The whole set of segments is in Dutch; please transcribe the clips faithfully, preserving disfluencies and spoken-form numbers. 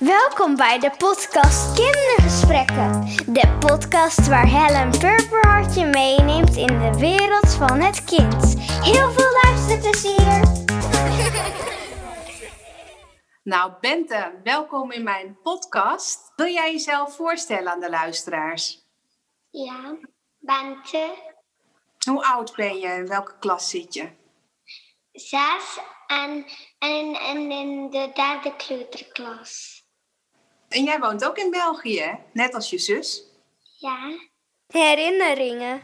Welkom bij de podcast Kindergesprekken. De podcast waar Helen Purperhart je meeneemt in de wereld van het kind. Heel veel luisterplezier! Nou Bente, welkom in mijn podcast. Wil jij jezelf voorstellen aan de luisteraars? Ja, Bente, Hoe oud ben je en welke klas zit je? zes en, en, en in de derde kleuterklas. En jij woont ook in België, hè? Net als je zus. Ja, Herinneringen.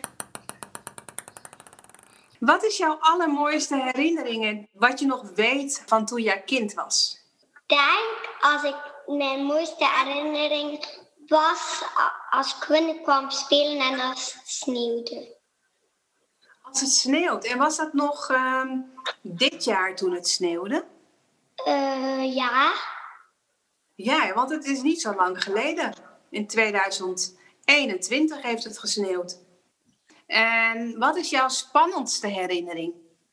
Wat is jouw allermooiste herinneringen wat je nog weet van toen jij kind was? ik denk als ik mijn mooiste herinnering was a- als ik binnen kwam spelen en als het sneeuwde. Als het sneeuwt. En was dat nog ehm, dit jaar toen het sneeuwde? Eh, ja, Ja, want het is niet zo lang geleden. In tweeduizend eenentwintig heeft het gesneeuwd. En wat is jouw spannendste herinnering?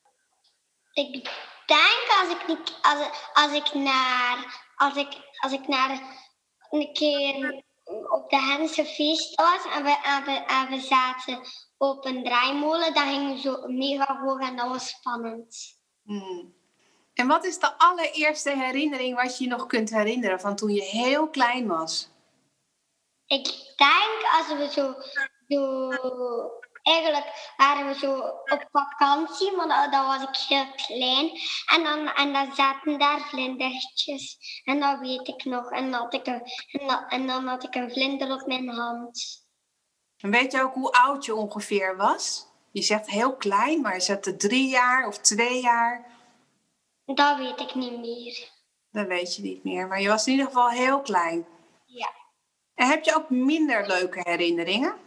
ik denk als ik, niet, als, als ik naar, als ik, als ik naar een keer op de Hense feest was en we, en, we, en we zaten op een draaimolen, dan gingen we zo mega hoog en dat was spannend. Hmm. En wat is de allereerste herinnering wat je je nog kunt herinneren van toen je heel klein was? Ik denk als we zo, zo eigenlijk waren we zo op vakantie, maar dan, dan was ik heel klein. En dan, en dan zaten daar vlindertjes. En dat weet ik nog. En, dan had ik een, en, dan, en dan had ik een vlinder op mijn hand. En weet je ook hoe oud je ongeveer was? Je zegt heel klein, maar is het drie jaar of twee jaar? Dat weet ik niet meer. Dat weet je niet meer, maar je was in ieder geval heel klein. Ja. En heb je ook minder leuke herinneringen?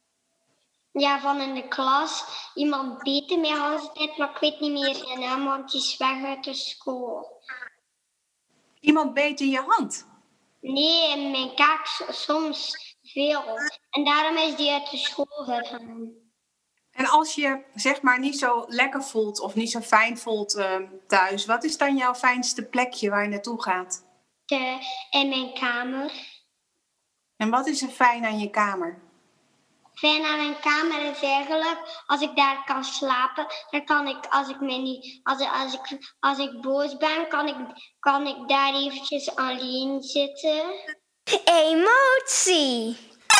Ja, van in de klas. Iemand beette mij de hele tijd, maar ik weet niet meer zijn naam, want die is weg uit de school. Iemand beet in je hand. Nee, in mijn kaak s- soms veel. En daarom is die uit de school gegaan. En als je zeg maar niet zo lekker voelt of niet zo fijn voelt ehm, thuis, wat is dan jouw fijnste plekje waar je naartoe gaat? De, in mijn kamer. En wat is er fijn aan je kamer? Fijn aan mijn kamer is eigenlijk, als ik daar kan slapen, dan kan ik, als ik, mij niet, als, ik- als, ik, als ik boos ben, kan ik, kan ik daar eventjes alleen zitten. Emotie.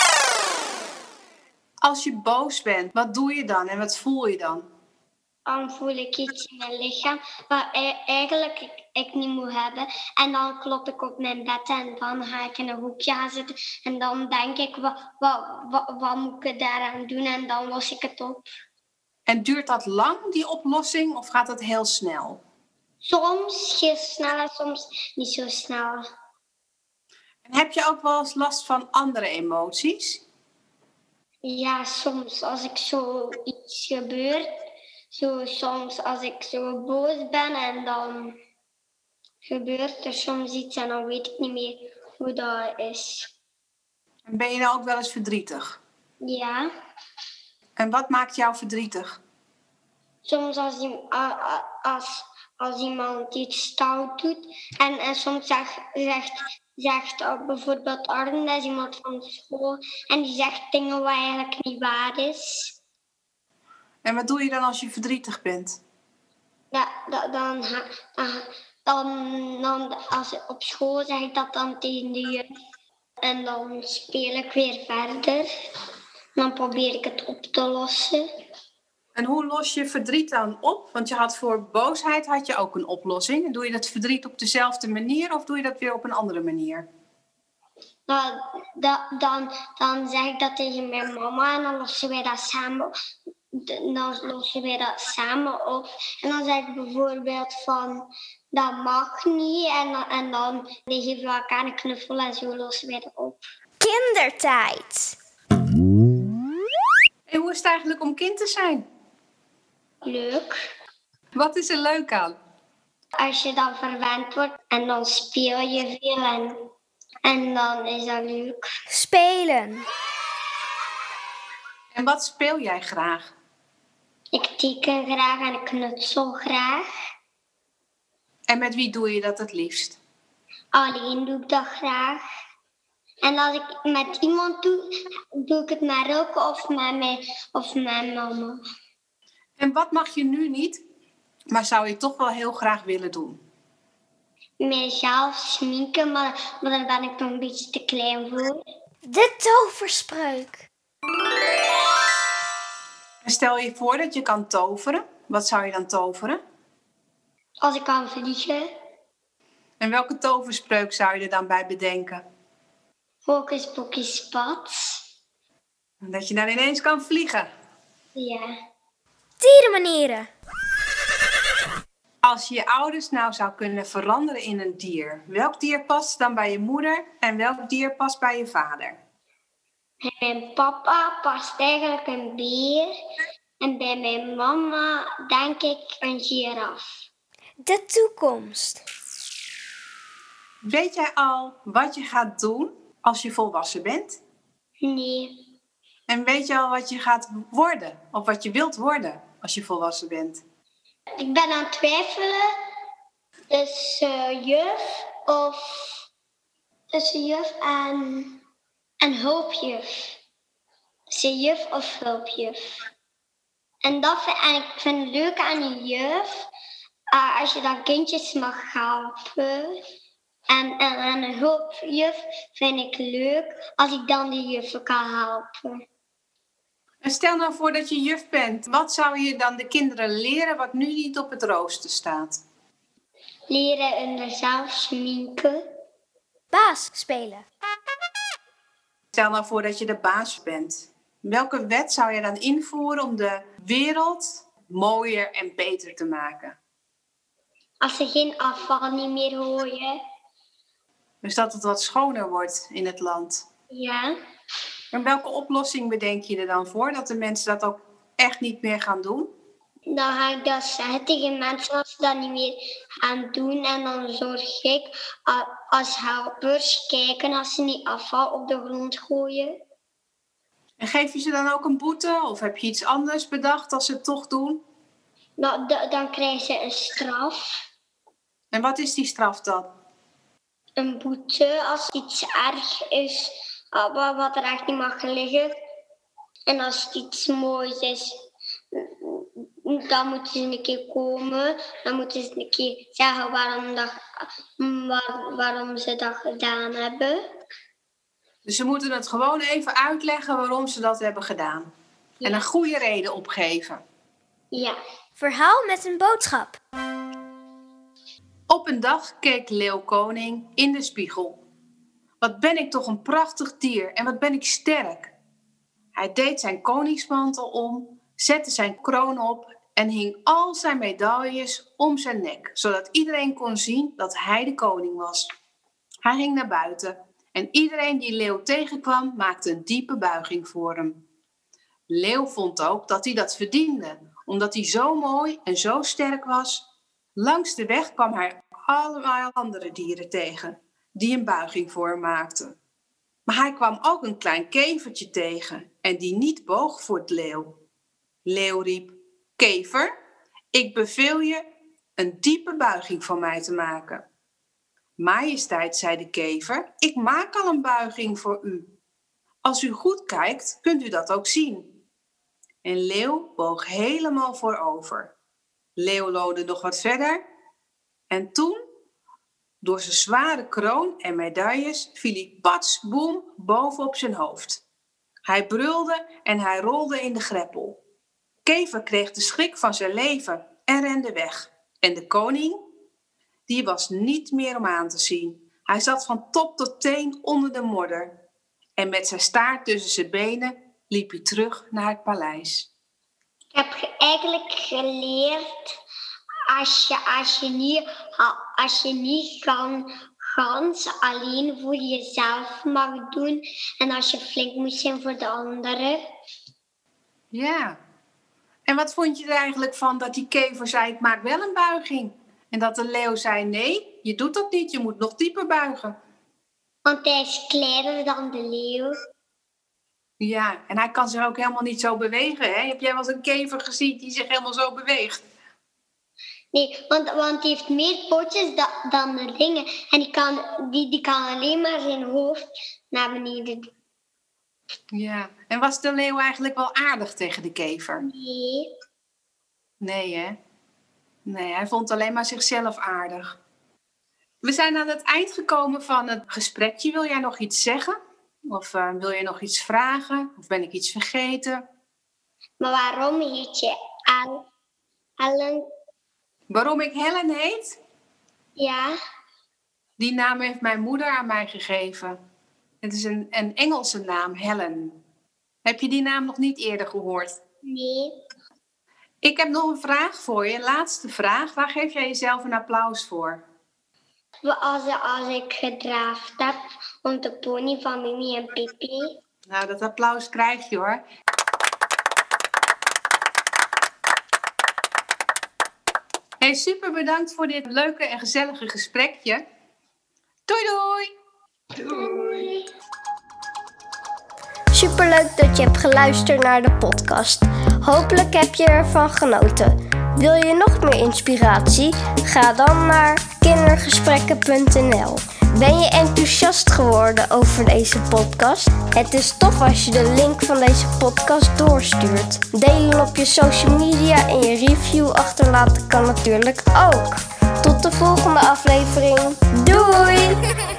Als je boos bent, wat doe je dan en wat voel je dan? Dan voel ik iets in mijn lichaam wat e- eigenlijk ik, ik niet moet hebben. En dan klop ik op mijn bed en dan ga ik in een hoekje gaan zitten. En dan denk ik, wat, wat, wat, wat moet ik daaraan doen? En dan los ik het op. En duurt dat lang, die oplossing, of gaat dat heel snel? Soms heel snel en soms niet zo snel. En heb je ook wel eens last van andere emoties? Ja, soms als ik zo iets gebeurt, zo soms als ik zo boos ben en dan gebeurt er soms iets en dan weet ik niet meer hoe dat is. En ben je nou ook wel eens verdrietig? Ja, En wat maakt jou verdrietig? soms als, iem- a- a- als, als iemand iets stout doet en, en soms zegt, zegt, zegt uh, bijvoorbeeld Arden, dat is iemand van de school, en die zegt dingen wat eigenlijk niet waar is. En wat doe je dan als je verdrietig bent? Da, da, dan, ha- dan, dan, dan, als op school zeg ik dat dan tegen de juf. En dan speel ik weer verder. Dan probeer ik het op te lossen. En hoe los je verdriet dan op? Want je had voor boosheid had je ook een oplossing. En doe je dat verdriet op dezelfde manier of doe je dat weer op een andere manier? Nou, da, dan, dan zeg ik dat tegen mijn mama en dan lossen wij dat samen. Dan lossen wij dat samen op. En dan zeg ik bijvoorbeeld van, dat mag niet. En, dan- en dan geven we elkaar een knuffel en zo lossen wij dat op. Kindertijd. En hoe is het eigenlijk om kind te zijn? Leuk. Wat is er leuk aan? Als je dan verwend wordt en dan speel je veel en, en dan is dat leuk. Spelen. En wat speel jij graag? Ik teken graag en ik knutsel graag. En met wie doe je dat het liefst? Alleen doe ik dat graag. En als ik met iemand doe, doe ik het met Rilke of met, mijn, of met mama. En wat mag je nu niet, maar zou je toch wel heel graag willen doen? Mijzelf sminken, maar, maar daar ben ik nog een beetje te klein voor. De toverspreuk. En stel je voor dat je kan toveren. Wat zou je dan toveren? Als ik kan vliegen, En welke toverspreuk zou je er dan bij bedenken? hocus pocus spats. Dat je dan ineens kan vliegen. Ja. Dierenmanieren. Als je je ouders nou zou kunnen veranderen in een dier, welk dier past dan bij je moeder en welk dier past bij je vader? En mijn papa past eigenlijk een beer. En bij mijn mama denk ik een giraf. De toekomst. Weet jij al wat je gaat doen als je volwassen bent? Nee. En weet je al wat je gaat worden of wat je wilt worden als je volwassen bent? Ik ben aan het twijfelen tussen juf of tussen juf en, en hulpjuf. Tussen juf of hulpjuf. En, dat vind, en ik vind het leuk aan een juf, uh, als je dan kindjes mag helpen. En, en, en een hulpjuf vind ik leuk als ik dan de juffen kan helpen. En stel nou voor dat je juf bent. Wat zou je dan de kinderen leren wat nu niet op het rooster staat? Leren hun zelf sminken. Baas spelen. Stel nou voor dat je de baas bent. Welke wet zou je dan invoeren om de wereld mooier en beter te maken? Als ze geen afval niet meer gooien. Dus dat het wat schoner wordt in het land. Ja. En welke oplossing bedenk je er dan voor? Dat de mensen dat ook echt niet meer gaan doen? Dan ga ik dat zeggen tegen mensen als ze dat niet meer gaan doen. En dan zorg ik als helpers kijken als ze niet afval op de grond gooien. En geef je ze dan ook een boete? Of heb je iets anders bedacht als ze het toch doen? Dan, dan krijgen ze een straf. En wat is die straf dan? Een boete als iets erg is, wat er echt niet mag liggen. En als het iets moois is, dan moeten ze een keer komen. Dan moeten ze een keer zeggen waarom, dat, waar, waarom ze dat gedaan hebben. Dus ze moeten het gewoon even uitleggen waarom ze dat hebben gedaan. Ja. En een goede reden opgeven. Ja. Verhaal met een boodschap. Op een dag keek Leeuw Koning in de spiegel. Wat ben ik toch een prachtig dier en wat ben ik sterk. Hij deed zijn koningsmantel om, zette zijn kroon op en hing al zijn medailles om zijn nek, zodat iedereen kon zien dat hij de koning was. Hij ging naar buiten en iedereen die Leeuw tegenkwam maakte een diepe buiging voor hem. Leeuw vond ook dat hij dat verdiende, omdat hij zo mooi en zo sterk was. Langs de weg kwam hij allemaal andere dieren tegen, die een buiging voor hem maakten. Maar hij kwam ook een klein kevertje tegen en die niet boog voor het leeuw. Leeuw riep, kever, ik beveel je een diepe buiging voor mij te maken. Majesteit, zei de kever, ik maak al een buiging voor u. Als u goed kijkt, kunt u dat ook zien. En Leeuw boog helemaal voorover. Leeuw loodde nog wat verder en toen, door zijn zware kroon en medailles, viel hij pats, boem, bovenop zijn hoofd. Hij brulde en hij rolde in de greppel. Kever kreeg de schrik van zijn leven en rende weg. En de koning, die was niet meer om aan te zien. Hij zat van top tot teen onder de modder. En met zijn staart tussen zijn benen liep hij terug naar het paleis. Ik heb ge- eigenlijk geleerd, als je, als je niet, als je niet kan, gans alleen voor jezelf mag doen en als je flink moet zijn voor de anderen. Ja. En wat vond je er eigenlijk van dat die kever zei, ik maak wel een buiging? En dat de leeuw zei, nee, je doet dat niet, je moet nog dieper buigen. Want hij is kleiner dan de leeuw. Ja, en hij kan zich ook helemaal niet zo bewegen. Hè? Heb jij wel eens een kever gezien die zich helemaal zo beweegt? Nee, want, want die heeft meer pootjes da, dan de dingen. En die kan, die, die kan alleen maar zijn hoofd naar beneden doen. Ja, en was de leeuw eigenlijk wel aardig tegen de kever? Nee. Nee, hè? Nee, hij vond alleen maar zichzelf aardig. We zijn aan het eind gekomen van het gesprekje. Wil jij nog iets zeggen? Of uh, wil je nog iets vragen? Of ben ik iets vergeten? Maar waarom heet je Al Ellen? Waarom ik Helen heet? Ja. Die naam heeft mijn moeder aan mij gegeven. Het is een, een Engelse naam, Helen. Heb je die naam nog niet eerder gehoord? Nee. Ik heb nog een vraag voor je. Laatste vraag. Waar geef jij jezelf een applaus voor? Als, als ik gedraafd heb om de pony van Mimi en Pippi. Nou, dat applaus krijg je hoor. Hey, super bedankt voor dit leuke en gezellige gesprekje. Doei doei! Doei. Superleuk dat je hebt geluisterd naar de podcast. Hopelijk heb je ervan genoten. Wil je nog meer inspiratie? Ga dan naar kindergesprekken punt n l. Ben je enthousiast geworden over deze podcast? Het is tof als je de link van deze podcast doorstuurt. Delen op je social media en je review achterlaten kan natuurlijk ook. Tot de volgende aflevering. Doei!